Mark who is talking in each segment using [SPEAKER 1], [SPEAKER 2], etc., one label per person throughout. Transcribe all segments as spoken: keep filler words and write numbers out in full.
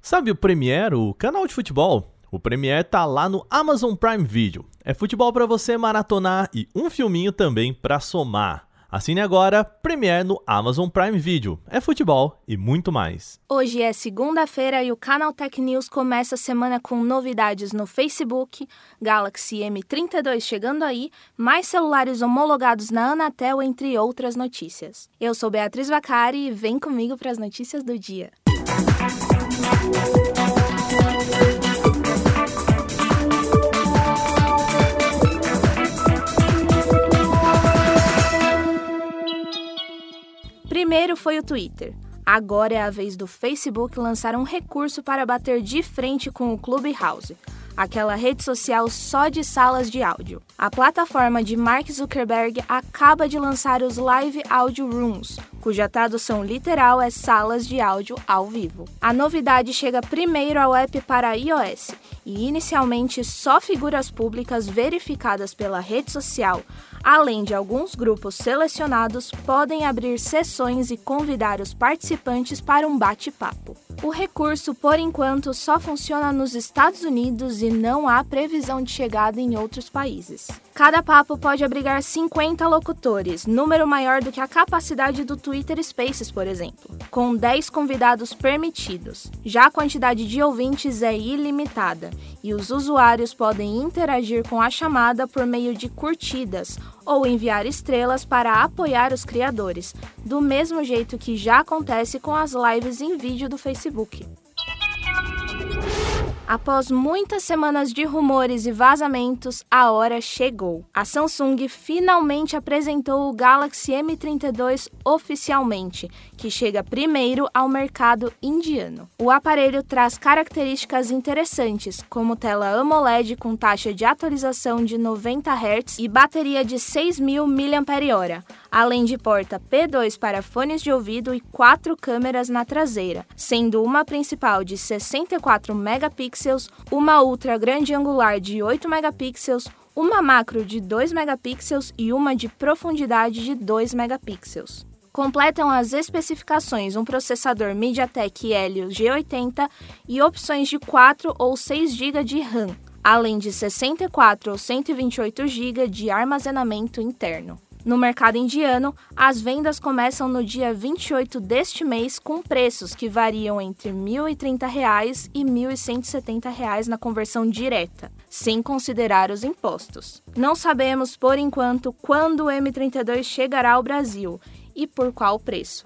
[SPEAKER 1] Sabe o Premiere, o canal de futebol? O Premiere tá lá no Amazon Prime Video. É futebol pra você maratonar e um filminho também pra somar. Assine agora Premiere no Amazon Prime Video. É futebol e muito mais.
[SPEAKER 2] Hoje é segunda-feira e o Canal Tech News começa a semana com novidades no Facebook, Galaxy M trinta e dois chegando aí, mais celulares homologados na Anatel, entre outras notícias. Eu sou Beatriz Vacari e vem comigo para as notícias do dia. Primeiro foi o Twitter. Agora é a vez do Facebook lançar um recurso para bater de frente com o Clubhouse, aquela rede social só de salas de áudio. A plataforma de Mark Zuckerberg acaba de lançar os Live Audio Rooms, cuja tradução literal é salas de áudio ao vivo. A novidade chega primeiro ao app para iOS e inicialmente só figuras públicas verificadas pela rede social, além de alguns grupos selecionados, podem abrir sessões e convidar os participantes para um bate-papo. O recurso, por enquanto, só funciona nos Estados Unidos e não há previsão de chegada em outros países. Cada papo pode abrigar cinquenta locutores, número maior do que a capacidade do Twitter Spaces, por exemplo, com dez convidados permitidos. Já a quantidade de ouvintes é ilimitada e os usuários podem interagir com a chamada por meio de curtidas ou enviar estrelas para apoiar os criadores, do mesmo jeito que já acontece com as lives em vídeo do Facebook. Após muitas semanas de rumores e vazamentos, a hora chegou. A Samsung finalmente apresentou o Galaxy M trinta e dois oficialmente, que chega primeiro ao mercado indiano. O aparelho traz características interessantes, como tela AMOLED com taxa de atualização de noventa hertz e bateria de seis mil miliampères-hora, além de porta P dois para fones de ouvido e quatro câmeras na traseira, sendo uma principal de sessenta e quatro megapixels, uma ultra grande angular de oito megapixels, uma macro de dois megapixels e uma de profundidade de dois megapixels. Completam as especificações um processador MediaTek Helio G oitenta e opções de quatro ou seis gigas de RAM, além de sessenta e quatro ou cento e vinte e oito gigas de armazenamento interno. No mercado indiano, as vendas começam no dia vinte e oito deste mês com preços que variam entre mil e trinta reais e mil cento e setenta reais na conversão direta, sem considerar os impostos. Não sabemos, por enquanto, quando o M trinta e dois chegará ao Brasil e por qual preço.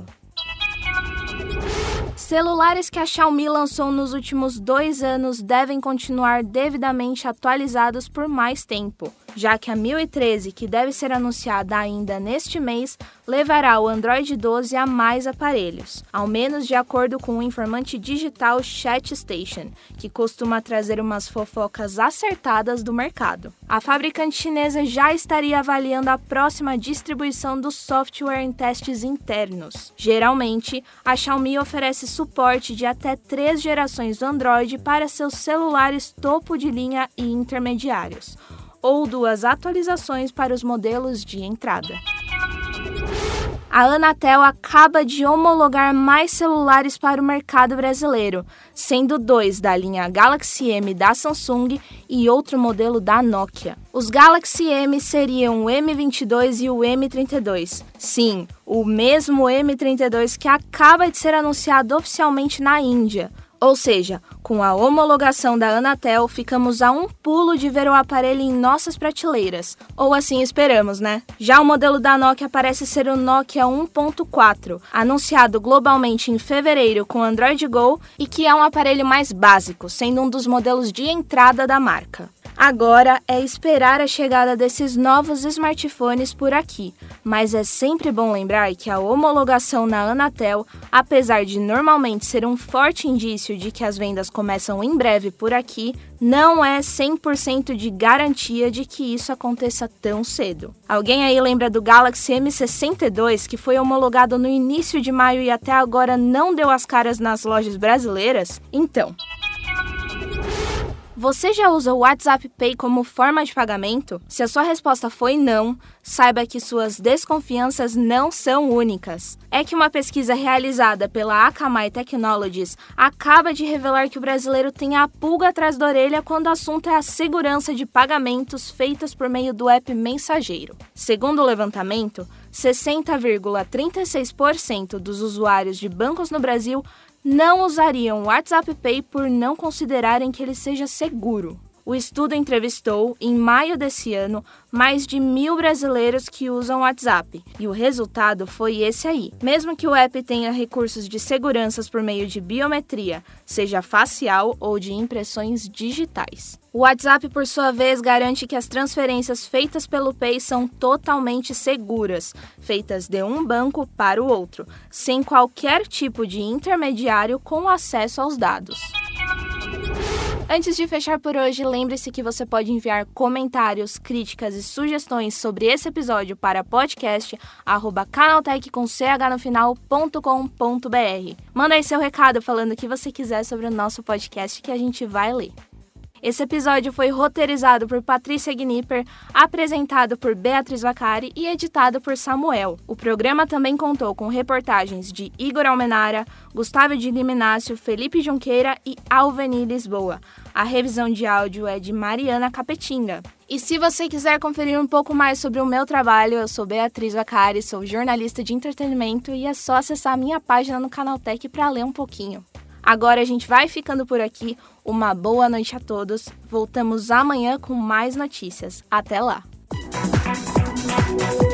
[SPEAKER 2] Celulares que a Xiaomi lançou nos últimos dois anos devem continuar devidamente atualizados por mais tempo, já que a mil e treze, que deve ser anunciada ainda neste mês, levará o Android doze a mais aparelhos, ao menos de acordo com o informante digital ChatStation, que costuma trazer umas fofocas acertadas do mercado. A fabricante chinesa já estaria avaliando a próxima distribuição do software em testes internos. Geralmente, a Xiaomi oferece suporte de até três gerações do Android para seus celulares topo de linha e intermediários, ou duas atualizações para os modelos de entrada. A Anatel acaba de homologar mais celulares para o mercado brasileiro, sendo dois da linha Galaxy M da Samsung e outro modelo da Nokia. Os Galaxy M seriam o M vinte e dois e o M trinta e dois. Sim, o mesmo M trinta e dois que acaba de ser anunciado oficialmente na Índia. Ou seja, com a homologação da Anatel, ficamos a um pulo de ver o aparelho em nossas prateleiras. Ou assim esperamos, né? Já o modelo da Nokia parece ser o Nokia um ponto quatro, anunciado globalmente em fevereiro com Android Go e que é um aparelho mais básico, sendo um dos modelos de entrada da marca. Agora é esperar a chegada desses novos smartphones por aqui, mas é sempre bom lembrar que a homologação na Anatel, apesar de normalmente ser um forte indício de que as vendas começam em breve por aqui, não é cem por cento de garantia de que isso aconteça tão cedo. Alguém aí lembra do Galaxy M sessenta e dois, que foi homologado no início de maio e até agora não deu as caras nas lojas brasileiras? Então... Você já usa o WhatsApp Pay como forma de pagamento? Se a sua resposta foi não, saiba que suas desconfianças não são únicas. É que uma pesquisa realizada pela Akamai Technologies acaba de revelar que o brasileiro tem a pulga atrás da orelha quando o assunto é a segurança de pagamentos feitos por meio do app mensageiro. Segundo o levantamento, sessenta vírgula trinta e seis por cento dos usuários de bancos no Brasil não usariam o WhatsApp Pay por não considerarem que ele seja seguro. O estudo entrevistou, em maio desse ano, mais de mil brasileiros que usam o WhatsApp. E o resultado foi esse aí. Mesmo que o app tenha recursos de seguranças por meio de biometria, seja facial ou de impressões digitais. O WhatsApp, por sua vez, garante que as transferências feitas pelo Pay são totalmente seguras, feitas de um banco para o outro, sem qualquer tipo de intermediário com acesso aos dados. Antes de fechar por hoje, lembre-se que você pode enviar comentários, críticas e sugestões sobre esse episódio para podcast arroba canaltech com ch no final ponto com ponto br. Manda aí seu recado falando o que você quiser sobre o nosso podcast que a gente vai ler. Esse episódio foi roteirizado por Patrícia Gnipper, apresentado por Beatriz Vacari e editado por Samuel. O programa também contou com reportagens de Igor Almenara, Gustavo de Liminácio, Felipe Junqueira e Alveni Lisboa. A revisão de áudio é de Mariana Capetinga. E se você quiser conferir um pouco mais sobre o meu trabalho, eu sou Beatriz Vacari, sou jornalista de entretenimento e é só acessar a minha página no Canaltech para ler um pouquinho. Agora a gente vai ficando por aqui. Uma boa noite a todos. Voltamos amanhã com mais notícias. Até lá!